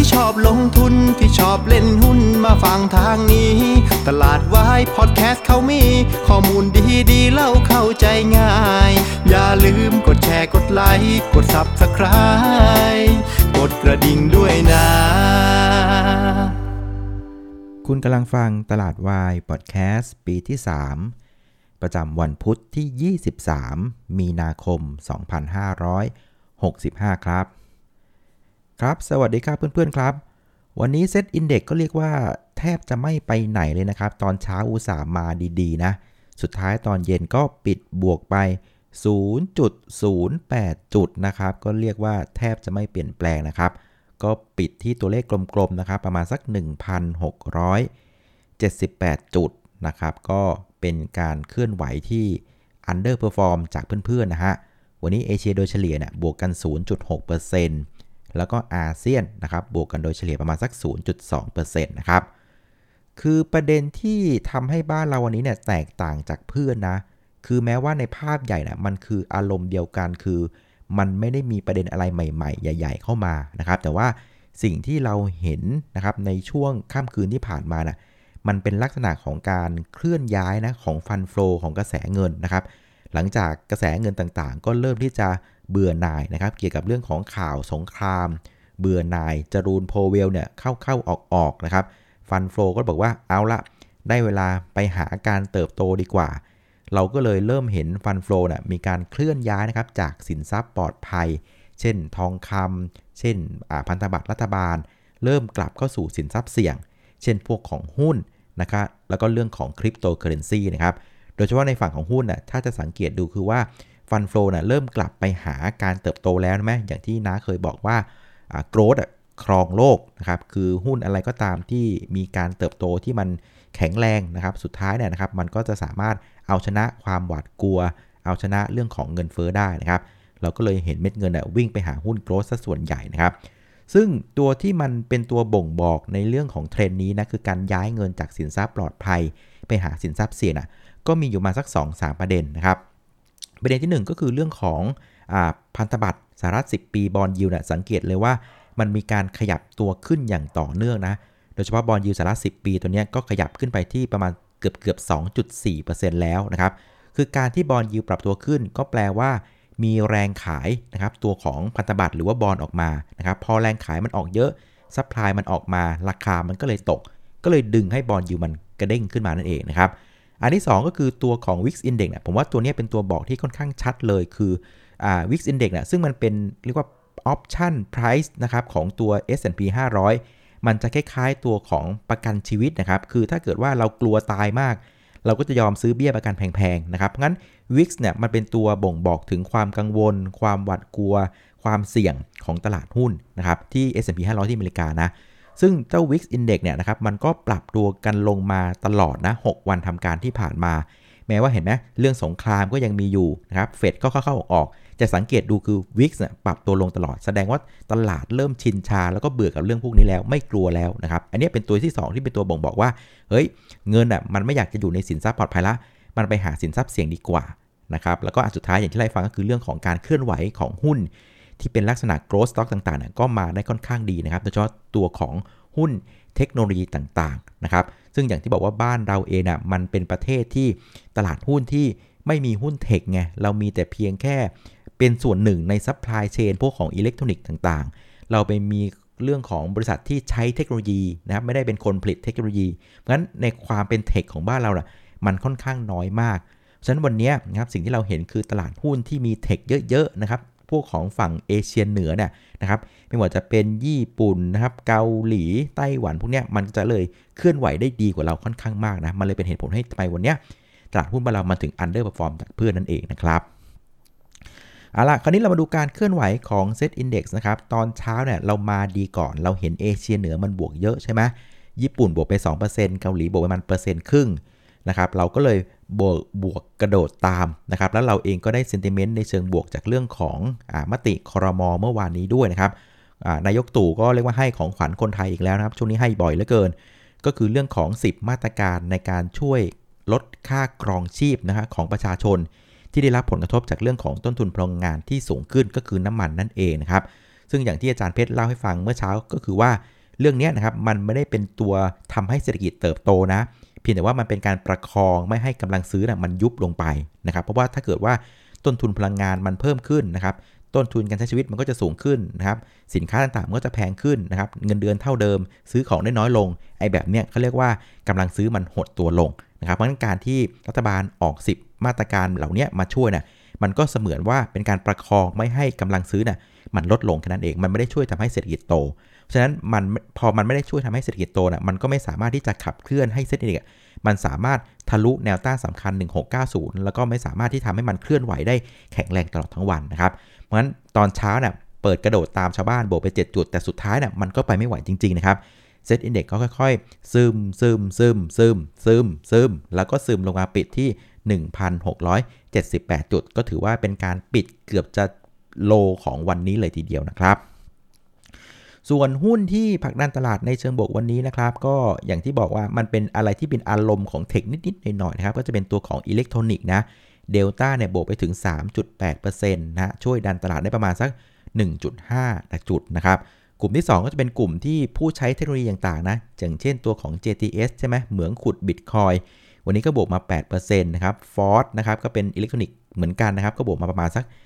ที่ชอบลงทุนที่ชอบเล่นหุ้นมาฟังทางนี้ตลาดวายพอดแคสต์เขามีข้อมูลดีๆเล่าเข้าใจง่ายอย่าลืมกดแชร์กดไลค์กด Subscribe กดกระดิ่งด้วยนะคุณกำลังฟังตลาดวายพอดแคสต์ปีที่3ประจำวันพุธที่23มีนาคม2565ครับสวัสดีครับเพื่อนๆครับวันนี้เซ็ตอินเด็กซ์ก็เรียกว่าแทบจะไม่ไปไหนเลยนะครับตอนเช้าอุตส่าห์มาดีๆนะสุดท้ายตอนเย็นก็ปิดบวกไป 0.08 จุดนะครับก็เรียกว่าแทบจะไม่เปลี่ยนแปลงนะครับก็ปิดที่ตัวเลขกลมๆนะครับประมาณสัก 1,678 จุดนะครับก็เป็นการเคลื่อนไหวที่ underperform จากเพื่อนๆนะฮะวันนี้เอเชียโดยเฉลี่ยเนี่ยบวกกัน 0.6% แล้วก็อาเซียนนะครับบวกกันโดยเฉลี่ยประมาณสัก 0.2% นะครับคือประเด็นที่ทำให้บ้านเราวันนี้เนี่ยแตกต่างจากเพื่อนนะคือแม้ว่าในภาพใหญ่นะมันคืออารมณ์เดียวกันคือมันไม่ได้มีประเด็นอะไรใหม่ๆใหญ่ๆเข้ามานะครับแต่ว่าสิ่งที่เราเห็นนะครับในช่วงค่ำคืนที่ผ่านมานะมันเป็นลักษณะของการเคลื่อนย้ายนะของฟันโฟลของกระแสเงินนะครับหลังจากกระแสเงินต่างๆก็เริ่มที่จะเบื่อหน่ายนะครับเกี่ยวกับเรื่องของข่าวสงครามเบื่อหน่ายจรูนโพเวลเนี่ยเข้าออกนะครับฟันโฟลก็บอกว่าเอาละได้เวลาไปหาการเติบโตดีกว่าเราก็เลยเริ่มเห็นฟันโฟลน่ะมีการเคลื่อนย้ายนะครับจากสินทรัพย์ปลอดภัยเช่นทองคำเช่นพันธบัตรรัฐบาลเริ่มกลับเข้าสู่สินทรัพย์เสี่ยงเช่นพวกของหุ้นนะครับแล้วก็เรื่องของคริปโตเคอเรนซีนะครับโดยเฉพาะในฝั่งของหุ้นน่ะถ้าจะสังเกตดูคือว่าฟันโฟลน่ะเริ่มกลับไปหาการเติบโตแล้วนะอย่างที่น้าเคยบอกว่าโกรทครองโลกนะครับคือหุ้นอะไรก็ตามที่มีการเติบโตที่มันแข็งแรงนะครับสุดท้ายเนี่ยนะครับมันก็จะสามารถเอาชนะความหวาดกลัวเอาชนะเรื่องของเงินเฟ้อได้นะครับเราก็เลยเห็นเม็ดเงินวิ่งไปหาหุ้นโกรทซะส่วนใหญ่นะครับซึ่งตัวที่มันเป็นตัวบ่งบอกในเรื่องของเทรนด์นี้นะคือการย้ายเงินจากสินทรัพย์ปลอดภัยไปหาสินทรัพย์เสี่ยงก็มีอยู่มาสัก 2-3 ประเด็นนะครับประเด็นที่1ก็คือเรื่องของพันธบัตรสหรัฐ10 ปีบอนด์ยิลด์สังเกตเลยว่ามันมีการขยับตัวขึ้นอย่างต่อเนื่องนะโดยเฉพาะบอนด์ยิลด์สหรัฐ10 ปีตัวนี้ก็ขยับขึ้นไปที่ประมาณเกือบ 2.4% แล้วนะครับคือการที่บอนด์ยิลด์ปรับตัวขึ้นก็แปลว่ามีแรงขายนะครับตัวของพันธบัตรหรือว่าบอนด์ออกมานะครับพอแรงขายมันออกเยอะซัพพลายมันออกมาราคามันก็เลยตกก็เลยดึงให้บอนด์ยิลด์มันกระเด้งขึ้นมานั่นเองนะครับอันที่2ก็คือตัวของ VIX Index ผมว่าตัวนี้เป็นตัวบอกที่ค่อนข้างชัดเลยคือVIX Index ซึ่งมันเป็นเรียกว่า option price นะครับของตัว S&P 500 มันจะคล้ายๆตัวของประกันชีวิตนะครับคือถ้าเกิดว่าเรากลัวตายมากเราก็จะยอมซื้อเบี้ยประกันแพงๆนะครับงั้น VIX เนี่ยมันเป็นตัวบ่งบอกถึงความกังวลความหวาดกลัวความเสี่ยงของตลาดหุ้นนะครับที่ S&P 500 ที่อเมริกานะซึ่งเจ้า VIX Index เนี่ยนะครับมันก็ปรับตัวกันลงมาตลอดนะ6วันทำการที่ผ่านมาแม้ว่าเห็นไหมเรื่องสงครามก็ยังมีอยู่นะครับเฟดก็เข้าออกจะสังเกตดูคือ VIX เนี่ยปรับตัวลงตลอดแสดงว่าตลาดเริ่มชินชาแล้วก็เบื่อกับเรื่องพวกนี้แล้วไม่กลัวแล้วนะครับอันนี้เป็นตัวที่2ที่เป็นตัวบ่งบอกว่าเฮ้ยเงินมันไม่อยากจะอยู่ในสินทรัพย์ปลอดภัยละมันไปหาสินทรัพย์เสี่ยงดีกว่านะครับแล้วก็อันสุดท้ายอย่างที่ไล่ฟังก็คือเรื่องของการเคลื่อนไหวของหุ้นที่เป็นลักษณะ growth stock ต่างๆก็มาได้ค่อนข้างดีนะครับโดยเฉพาะตัวของหุ้นเทคโนโลยีต่างๆนะครับซึ่งอย่างที่บอกว่าบ้านเราเองมันเป็นประเทศที่ตลาดหุ้นที่ไม่มีหุ้นเทคไงเรามีแต่เพียงแค่เป็นส่วนหนึ่งในซัพพลายเชนพวกของอิเล็กทรอนิกส์ต่างๆเราไปมีเรื่องของบริษัทที่ใช้เทคโนโลยีนะครับไม่ได้เป็นคนผลิตเทคโนโลยีเพราะฉะนั้นในความเป็นเทคของบ้านเรามันค่อนข้างน้อยมากฉะนั้นวันนี้นะครับสิ่งที่เราเห็นคือตลาดหุ้นที่มีเทคเยอะๆนะครับพวกของฝั่งเอเชียเหนือเนี่ยนะครับไม่ว่าจะเป็นญี่ปุ่นนะครับเกาหลีไต้หวันพวกเนี้ยมันจะเลยเคลื่อนไหวได้ดีกว่าเราค่อนข้างมากนะมันเลยเป็นเหตุผลให้ทำไมวันเนี้ยตลาดหุ้นบ้านเรามันถึง underperform จากเพื่อนนั่นเองนะครับเอาล่ะคราวนี้เรามาดูการเคลื่อนไหวของ Set Index นะครับตอนเช้าเนี่ยเรามาดีก่อนเราเห็นเอเชียเหนือมันบวกเยอะใช่ไหมญี่ปุ่นบวกไป 2% เกาหลีบวกไปประมาณ1.5%นะครับเราก็เลยบวกกระโดดตามนะครับแล้วเราเองก็ได้ sentiment ในเชิงบวกจากเรื่องของมติครม.เมื่อวานนี้ด้วยนะครับนายกตู่ก็เรียกว่าให้ของขวัญคนไทยอีกแล้วนะครับช่วงนี้ให้บ่อยเหลือเกินก็คือเรื่องของ10มาตรการในการช่วยลดค่าครองชีพนะฮะของประชาชนที่ได้รับผลกระทบจากเรื่องของต้นทุนพลังงานที่สูงขึ้นก็คือน้ำมันนั่นเองนะครับซึ่งอย่างที่อาจารย์เพชรเล่าให้ฟังเมื่อเช้าก็คือว่าเรื่องนี้นะครับมันไม่ได้เป็นตัวทำให้เศรษฐกิจเติบโตนะเพียงแต่ว่ามันเป็นการประคองไม่ให้กำลังซื้อนะมันยุบลงไปนะครับเพราะว่าถ้าเกิดว่าต้นทุนพลังงานมันเพิ่มขึ้นนะครับต้นทุนการใช้ชีวิตมันก็จะสูงขึ้นนะครับสินค้าต่างๆมันก็จะแพงขึ้นนะครับเงินเดือนเท่าเดิมซื้อของได้น้อยลงไอ้แบบเนี้ยเขาเรียกว่ากำลังซื้อมันหดตัวลงนะครับเพราะฉะนั้นการที่รัฐบาลออก10มาตรการเหล่านี้มาช่วยนะมันก็เสมือนว่าเป็นการประคองไม่ให้กำลังซื้อนะมันลดลงแค่นั้นเองมันไม่ได้ช่วยทำให้เศรษฐกิจโตฉะนั้นพอมันไม่ได้ช่วยทำให้เศรษฐกิจโตนะมันก็ไม่สามารถที่จะขับเคลื่อนให้เศรษฐกิจมันสามารถทะลุแนวต้านสำคัญ1690แล้วก็ไม่สามารถที่ทำให้มันเคลื่อนไหวได้แข็งแรงตลอดทั้งวันนะครับเพราะฉะนั้นตอนเช้าเนี่ยเปิดกระโดดตามชาวบ้านโบกไป7จุดแต่สุดท้ายเนี่ยมันก็ไปไม่ไหวจริงๆนะครับเซ็ตอินเด็กซ์ก็ค่อยๆซึมแล้วก็ซึมลงมาปิดที่ 1,678 จุดก็ถือว่าเป็นการปิดเกือบจะโลของวันนี้เลยทีเดียวนะครับส่วนหุ้นที่ผลักดันตลาดในเชิงบวกวันนี้นะครับก็อย่างที่บอกว่ามันเป็นอะไรที่เป็นอารมณ์ของเทคนิดๆหน่อยๆนะครับก็จะเป็นตัวของอิเล็กทรอนิกส์นะเดลต้าเนี่ยบวกไปถึง 3.8% นะช่วยดันตลาดได้ประมาณสัก 1.5 จุดนะครับกลุ่มที่2ก็จะเป็นกลุ่มที่ผู้ใช้เทคโนโลยีต่างๆนะอย่างเช่นตัวของ JTS ใช่ไหมเหมืองขุด Bitcoin วันนี้ก็บวกมา 8% นะครับ Ford นะครับก็เป็นอิเล็กทรอนิกส์เหมือนกันนะครับก็บวกมาประมาณสัก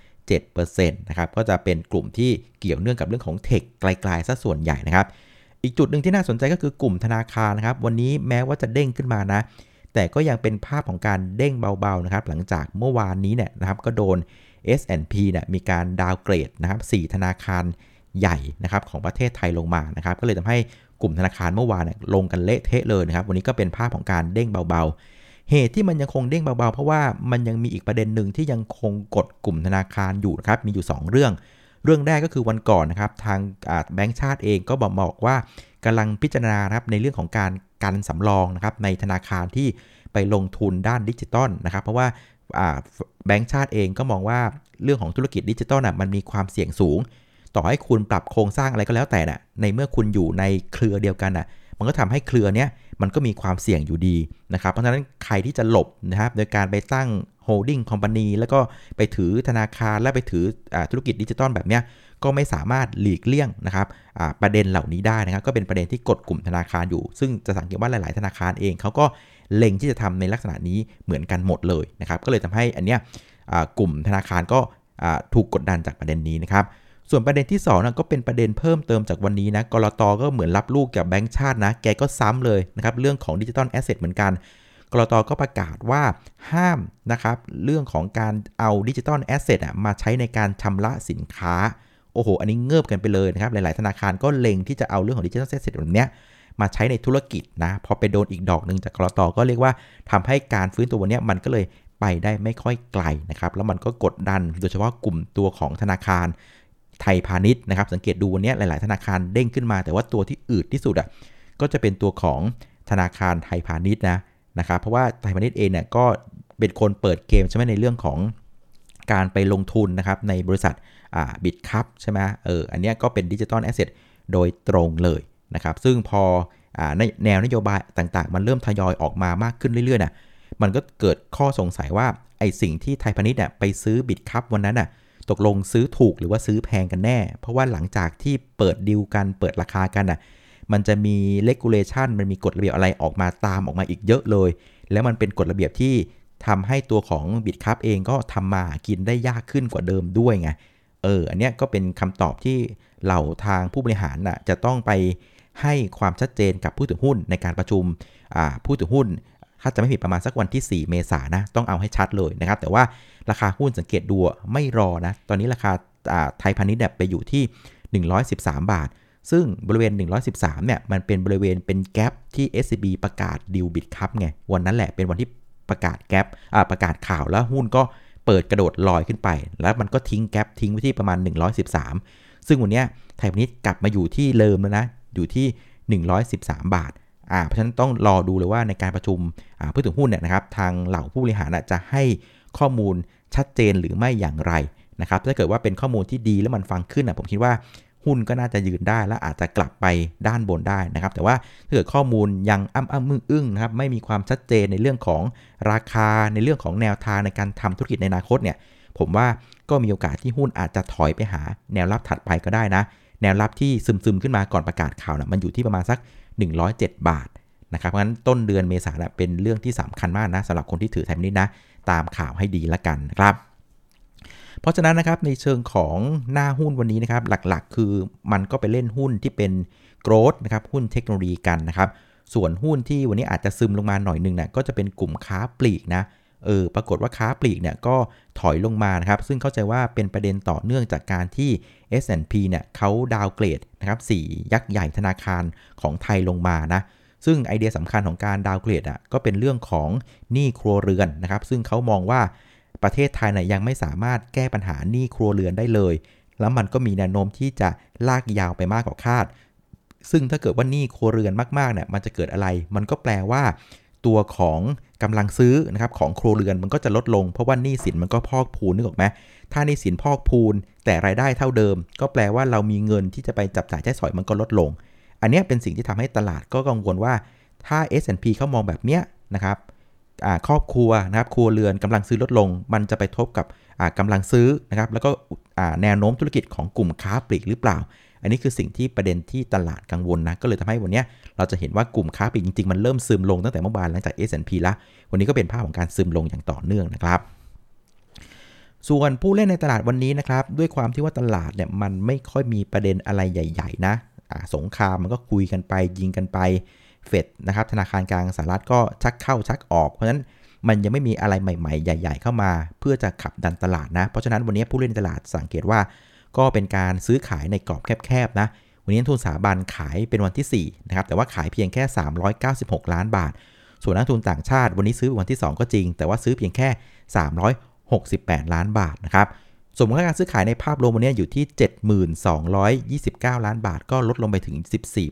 7% นะครับก็จะเป็นกลุ่มที่เกี่ยวเนื่องกับเรื่องของเทคไกลๆซะส่วนใหญ่นะครับอีกจุดหนึ่งที่น่าสนใจก็คือกลุ่มธนาคารนะครับวันนี้แม้ว่าจะเด้งขึ้นมานะแต่ก็ยังเป็นภาพของการเด้งเบาๆนะครับหลังจากเมื่อวานนี้เนี่ยนะครับก็โดน S&P เนี่ยมีการดาวเกรดนะครับ4ธนาคารใหญ่นะครับของประเทศไทยลงมานะครับก็เลยทำให้กลุ่มธนาคารเมื่อวานเนี่ยลงกันเละเทะเลยนะครับวันนี้ก็เป็นภาพของการเด้งเบาๆเหตุที่มันยังคงเด้งเบาๆเพราะว่ามันยังมีอีกประเด็นหนึ่งที่ยังคงกดกลุ่มธนาคารอยู่นะครับมีอยู่2เรื่องแรกก็คือวันก่อนนะครับทางแบงก์ชาติเองก็บอกว่ากำลังพิจารณาครับในเรื่องของการกันสำรองนะครับในธนาคารที่ไปลงทุนด้านดิจิตอลนะครับเพราะว่าแบงก์ชาติเองก็มองว่าเรื่องของธุรกิจดิจิตอลมันมีความเสี่ยงสูงต่อให้คุณปรับโครงสร้างอะไรก็แล้วแต่น่ะในเมื่อคุณอยู่ในเครือเดียวกันน่ะมันก็ทำให้เครือเนี้ยมันก็มีความเสี่ยงอยู่ดีนะครับเพราะฉะนั้นใครที่จะหลบนะครับโดยการไปตั้งโฮลดิ้งคอมพานีแล้วก็ไปถือธนาคารและไปถือธุรกิจดิจิตอลแบบเนี้ยก็ไม่สามารถหลีกเลี่ยงนะครับประเด็นเหล่านี้ได้นะครับก็เป็นประเด็นที่กดกลุ่มธนาคารอยู่ซึ่งจะสังเกตว่าหลายๆธนาคารเองเขาก็เล็งที่จะทำในลักษณะนี้เหมือนกันหมดเลยนะครับก็เลยทำให้อันเนี้ยกลุ่มธนาคารก็ถูกกดดันจากประเด็นนี้นะครับส่วนประเด็นที่2นะก็เป็นประเด็นเพิ่มเติมจากวันนี้นะกลต.ก็เหมือนรับลูกจากแบงก์ชาตินะแกก็ซ้ำเลยนะครับเรื่องของดิจิตอลแอสเซทเหมือนกันกลต.ก็ประกาศว่าห้ามนะครับเรื่องของการเอาดิจิตอลแอสเซทมาใช้ในการชำระสินค้าโอ้โหอันนี้เงิบกันไปเลยนะครับหลายๆธนาคารก็เล็งที่จะเอาเรื่องของดิจิตอลแอสเซทแบบนี้มาใช้ในธุรกิจนะพอไปโดนอีกดอกนึงจากกลต.ก็เรียกว่าทำให้การฟื้นตัววันนี้มันก็เลยไปได้ไม่ค่อยไกลนะครับแล้วมันก็กดดันโดยเฉพาะกลุ่มตัวของธนาคารไทยพาณิชย์นะครับสังเกตดูวันนี้หลายๆธนาคารเด้งขึ้นมาแต่ว่าตัวที่อืดที่สุดก็จะเป็นตัวของธนาคารไทยพาณิชย์นะครับเพราะว่าไทยพาณิชย์เองเนี่ยก็เป็นคนเปิดเกมใช่ไหมในเรื่องของการไปลงทุนนะครับในบริษัทบิตคัพใช่ไหมอันนี้ก็เป็นดิจิตอลแอสเซทโดยตรงเลยนะครับซึ่งพอแนวนโยบายต่างๆมันเริ่มทยอยออกมามากขึ้นเรื่อยๆมันก็เกิดข้อสงสัยว่าไอ้สิ่งที่ไทยพาณิชย์ไปซื้อบิตคัพวันนั้นตกลงซื้อถูกหรือว่าซื้อแพงกันแน่เพราะว่าหลังจากที่เปิดดีลกันเปิดราคากันมันจะมีเลกูเลชันมันมีกฎระเบียบอะไรออกมาตามออกมาอีกเยอะเลยแล้วมันเป็นกฎระเบียบที่ทำให้ตัวของบิตคัพเองก็ทำมากินได้ยากขึ้นกว่าเดิมด้วยไงอันเนี้ยก็เป็นคำตอบที่เหล่าทางผู้บริหารจะต้องไปให้ความชัดเจนกับผู้ถือหุ้นในการประชุมผู้ถือหุ้นถ้าจะไม่ผิดประมาณสักวันที่4 เมษายนนะต้องเอาให้ชัดเลยนะครับแต่ว่าราคาหุ้นสังเกตดูไม่รอนะตอนนี้ราคาไทยพาณิชย์ไปอยู่ที่113 บาทซึ่งบริเวณ113เนี่ยมันเป็นบริเวณเป็นแกปที่ SCB ประกาศดีลบิตคัพไงวันนั้นแหละเป็นวันที่ประกาศแกปประกาศข่าวแล้วหุ้นก็เปิดกระโดดลอยขึ้นไปแล้วมันก็ทิ้งแกปทิ้งไว้ที่ประมาณ113ซึ่งวันนี้ไทยพาณิชย์กลับมาอยู่ที่เดิมแล้วนะอยู่ที่113 บาทเพราะฉะนั้นต้องรอดูเลยว่าในการประชุมผู้ถือหุ้นเนี่ยนะครับทางเหล่าผู้บริหารจะให้ข้อมูลชัดเจนหรือไม่อย่างไรนะครับถ้าเกิดว่าเป็นข้อมูลที่ดีแล้วมันฟังขึ้นผมคิดว่าหุ้นก็น่าจะยืนได้และอาจจะกลับไปด้านบนได้นะครับแต่ว่าถ้าเกิดข้อมูลยังอึ้งนะครับไม่มีความชัดเจนในเรื่องของราคาในเรื่องของแนวทางในการทำธุรกิจในอนาคตเนี่ยผมว่าก็มีโอกาสที่หุ้นอาจจะถอยไปหาแนวรับถัดไปก็ได้นะแนวรับที่ซึมๆขึ้นมาก่อนประกาศข่าวนะมันอยู่ที่ประมาณสัก107 บาทนะครับเพราะฉะนั้นต้นเดือนเมษายนเป็นเรื่องที่สำคัญมากนะสำหรับคนที่ถือไทยพาณิชย์นะตามข่าวให้ดีละกันนะครับเพราะฉะนั้นนะครับในเชิงของหน้าหุ้นวันนี้นะครับหลักๆคือมันก็ไปเล่นหุ้นที่เป็นโกรทนะครับหุ้นเทคโนโลยีกันนะครับส่วนหุ้นที่วันนี้อาจจะซึมลงมาหน่อยนึงนะก็จะเป็นกลุ่มค้าปลีกนะปรากฏว่าค้าปลีกเนี่ยก็ถอยลงมานะครับซึ่งเข้าใจว่าเป็นประเด็นต่อเนื่องจากการที่ S&P เนี่ยเขาดาวเกรดนะครับ4ยักษ์ใหญ่ธนาคารของไทยลงมานะซึ่งไอเดียสำคัญของการดาวเกรดก็เป็นเรื่องของหนี้ครัวเรือนนะครับซึ่งเขามองว่าประเทศไทยเนี่ยยังไม่สามารถแก้ปัญหาหนี้ครัวเรือนได้เลยแล้วมันก็มีแนวโน้มที่จะลากยาวไปมากกว่าคาดซึ่งถ้าเกิดว่าหนี้ครัวเรือนมากๆเนี่ยมันจะเกิดอะไรมันก็แปลว่าตัวของกำลังซื้อนะครับของครัวเรือนมันก็จะลดลงเพราะว่าหนี้สินมันก็พอกพูนนึกออกไหมถ้าหนี้สินพอกพูนแต่รายได้เท่าเดิมก็แปลว่าเรามีเงินที่จะไปจับจ่ายใช้สอยมันก็ลดลงอันนี้เป็นสิ่งที่ทำให้ตลาดก็กังวลว่าถ้า S&P เขามองแบบเนี้ยนะครับครอบครัวนะครับครัวเรือนกำลังซื้อลดลงมันจะไปทบกับกำลังซื้อนะครับแล้วก็แนวโน้มธุรกิจของกลุ่มค้าปลีกหรือเปล่าอันนี้คือสิ่งที่ประเด็นที่ตลาดกังวลนะก็เลยทำให้วันนี้เราจะเห็นว่ากลุ่มค้าปลีกจริงๆมันเริ่มซึมลงตั้งแต่เมื่อวานหลังจาก S&P ละวันนี้ก็เป็นภาพของการซึมลงอย่างต่อเนื่องนะครับส่วนผู้เล่นในตลาดวันนี้นะครับด้วยความที่ว่าตลาดเนี่ยมันไม่ค่อยมีประเด็นอะไรใหญ่ๆนะสงครามมันก็คุยกันไปยิงกันไปเฟดนะครับธนาคารกลางสหรัฐก็ชักเข้าชักออกเพราะฉะนั้นมันยังไม่มีอะไรใหม่ๆใหญ่ๆเข้ามาเพื่อจะขับดันตลาดนะเพราะฉะนั้นวันนี้ผู้เล่นในตลาดสังเกตว่าก็เป็นการซื้อขายในกรอบแคบๆนะวันนี้นักทุนสถาบันขายเป็นวันที่4นะครับแต่ว่าขายเพียงแค่396 ล้านบาทส่วนนักทุนต่างชาติวันนี้ซื้อวันที่2ก็จริงแต่ว่าซื้อเพียงแค่368 ล้านบาทนะครับส่วนมูลค่าการซื้อขายในภาพรวมวันนี้อยู่ที่ 72,229 ล้านบาทก็ลดลงไปถึง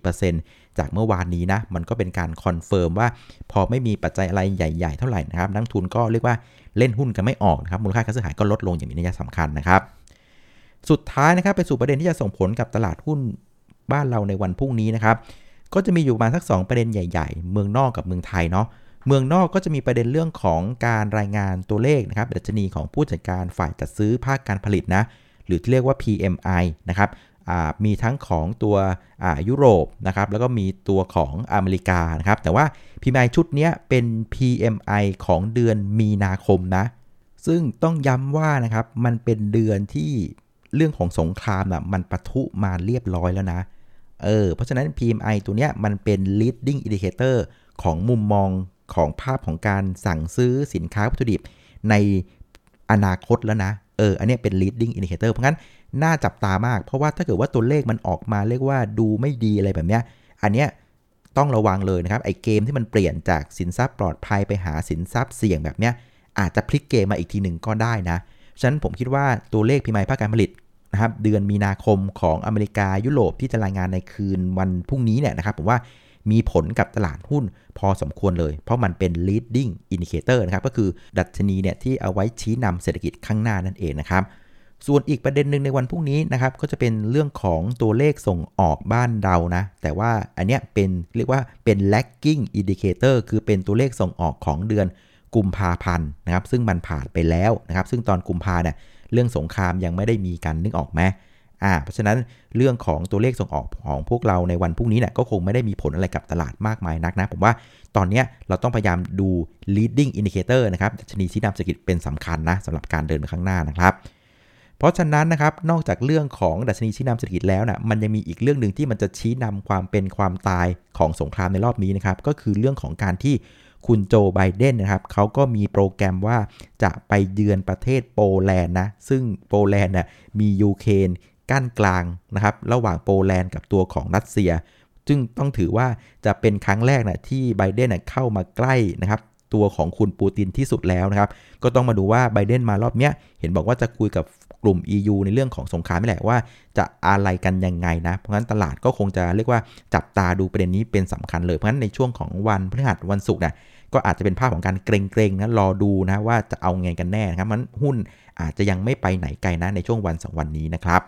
14% จากเมื่อวานนี้นะมันก็เป็นการคอนเฟิร์มว่าพอไม่มีปัจจัยอะไรใหญ่ๆเท่าไหร่นะครับนักทุนก็เรียกว่าเล่นหุ้นกันไม่ออกนะครับมูลค่าการซื้อขายก็ลดลงอย่างมีนัยสำคัญนะครับสุดท้ายนะครับไปสู่ประเด็นที่จะส่งผลกับตลาดหุ้นบ้านเราในวันพรุ่งนี้นะครับก็จะมีอยู่ประมาณสัก2ประเด็นใหญ่ๆเมืองนอกกับเมืองไทยเนาะเมืองนอกก็จะมีประเด็นเรื่องของการรายงานตัวเลขนะครับดัชนีของผู้จัดการฝ่ายจัดซื้อภาคการผลิตนะหรือที่เรียกว่า PMI นะครับมีทั้งของตัวยุโรปนะครับแล้วก็มีตัวของอเมริกานะครับแต่ว่า PMI ชุดนี้เป็น PMI ของเดือนมีนาคมนะซึ่งต้องย้ำว่านะครับมันเป็นเดือนที่เรื่องของสงครามนะมันปะทุมาเรียบร้อยแล้วนะเพราะฉะนั้น PMI ตัวเนี้ยมันเป็น leading indicator ของมุมมองของภาพของการสั่งซื้อสินค้าวัตถุดิบในอนาคตแล้วนะอันนี้เป็น leading indicator เพราะงั้นน่าจับตามากเพราะว่าถ้าเกิดว่าตัวเลขมันออกมาเรียกว่าดูไม่ดีอะไรแบบเนี้ยอันเนี้ยต้องระวังเลยนะครับไอ้เกมที่มันเปลี่ยนจากสินทรัพย์ปลอดภัยไปหาสินทรัพย์เสี่ยงแบบเนี้ยอาจจะพลิกเกมมาอีกทีหนึ่งก็ได้นะฉะนั้นผมคิดว่าตัวเลข PMI ภาคการผลิตนะครับเดือนมีนาคมของอเมริกายุโรปที่จะรายงานในคืนวันพรุ่งนี้เนี่ยนะครับผมว่ามีผลกับตลาดหุ้นพอสมควรเลยเพราะมันเป็น leading indicator นะครับก็คือดัชนีเนี่ยที่เอาไว้ชี้นำเศรษฐกิจข้างหน้านั่นเองนะครับส่วนอีกประเด็นหนึ่งในวันพรุ่งนี้นะครับก็จะเป็นเรื่องของตัวเลขส่งออกบ้านเรานะแต่ว่าอันเนี้ยเป็นเรียกว่าเป็น lagging indicator คือเป็นตัวเลขส่งออกของเดือนกุมภาพันธ์นะครับซึ่งมันผ่านไปแล้วนะครับซึ่งตอนกุมภาเนี่ยเรื่องสงครามยังไม่ได้มีการนึกออกไหมเพราะฉะนั้นเรื่องของตัวเลขส่งออกของพวกเราในวันพรุ่งนี้เนี่ยก็คงไม่ได้มีผลอะไรกับตลาดมากมายนักนะผมว่าตอนนี้เราต้องพยายามดู leading indicator นะครับดัชนีชี้นำเศรษฐกิจเป็นสำคัญนะสำหรับการเดินไปข้างหน้านะครับเพราะฉะนั้นนะครับนอกจากเรื่องของดัชนีชี้นำเศรษฐกิจแล้วนะมันยังมีอีกเรื่องนึงที่มันจะชี้นำความเป็นความตายของสงครามในรอบนี้นะครับก็คือเรื่องของการที่คุณโจไบเดนนะครับเขาก็มีโปรแกรมว่าจะไปเยือนประเทศโปแลนด์นะซึ่งโปแลนด์น่ะมียูเครนกั้นกลางนะครับระหว่างโปแลนด์กับตัวของรัสเซียซึ่งต้องถือว่าจะเป็นครั้งแรกนะที่ไบเดนเข้ามาใกล้นะครับตัวของคุณปูตินที่สุดแล้วนะครับก็ต้องมาดูว่าไบเดนมารอบเนี้ยเห็นบอกว่าจะคุยกับกลุ่ม EU ในเรื่องของสงครามนี่แหละว่าจะอะไรกันยังไงนะเพราะงั้นตลาดก็คงจะเรียกว่าจับตาดูประเด็นนี้เป็นสำคัญเลยเพราะงั้นในช่วงของวันพฤหัสวันศุกร์นะก็อาจจะเป็นภาพของการเกรงๆนะรอดูนะว่าจะเอาไงกันแน่นะครับมันหุ้นอาจจะยังไม่ไปไหนไกลนะในช่วงวัน2วันนี้นะครับ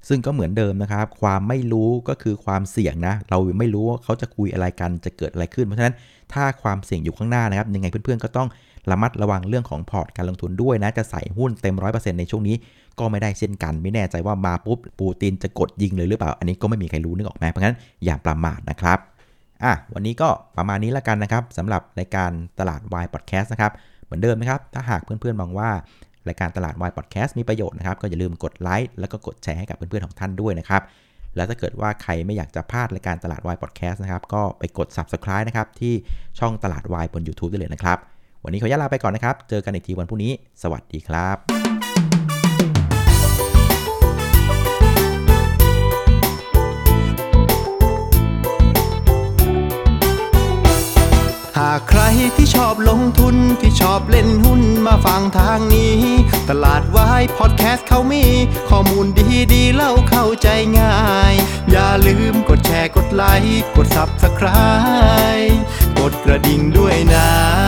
ซึ่งก็เหมือนเดิมนะครับความไม่รู้ก็คือความเสี่ยงนะเราไม่รู้ว่าเขาจะคุยอะไรกันจะเกิดอะไรขึ้นเพราะฉะนั้นถ้าความเสี่ยงอยู่ข้างหน้านะครับยังไงเพื่อนๆก็ต้องระมัดระวังเรื่องของพอร์ตการลงทุนด้วยนะจะใส่หุ้นเต็ม 100% ในช่วงนี้ก็ไม่ได้เช่นกันไม่แน่ใจว่ามาปุ๊บปูตินจะกดยิงเลยหรือเปล่าอันนี้ก็ไม่มีใครรู้นึกออกไหมเพราะงั้นอย่าประมาทนะครับวันนี้ก็ประมาณนี้แล้วกันนะครับสำหรับรายการตลาดวายพอดแคสต์นะครับเหมือนเดิมนะครับถ้าหากเพื่อนๆมองว่ารายการตลาดวายพอดแคสต์มีประโยชน์นะครับก็อย่าลืมกดไลค์แล้วก็กดแชร์ให้กับเพื่อนๆของท่านด้วยนะครับแล้วถ้าเกิดว่าใครไม่อยากจะพลาดรายการตลาดวายพอดแคสต์นะครับก็ไปกด Subscribe นะครับที่ช่องตลาดวายบน YouTube ได้เลยนะครับวันนี้ขออนุญาตลาไปก่อนนะครับเจอกันอีกทีวันพรุ่งนี้สวัสดีครับหากใครที่ชอบลงทุนที่ชอบเล่นหุ้นมาฟังทางนี้ตลาดวายพอดแคสต์เขามีข้อมูลดีๆเล่าเข้าใจง่ายอย่าลืมกดแชร์กดไลค์กด Subscribe กดกระดิ่งด้วยนะ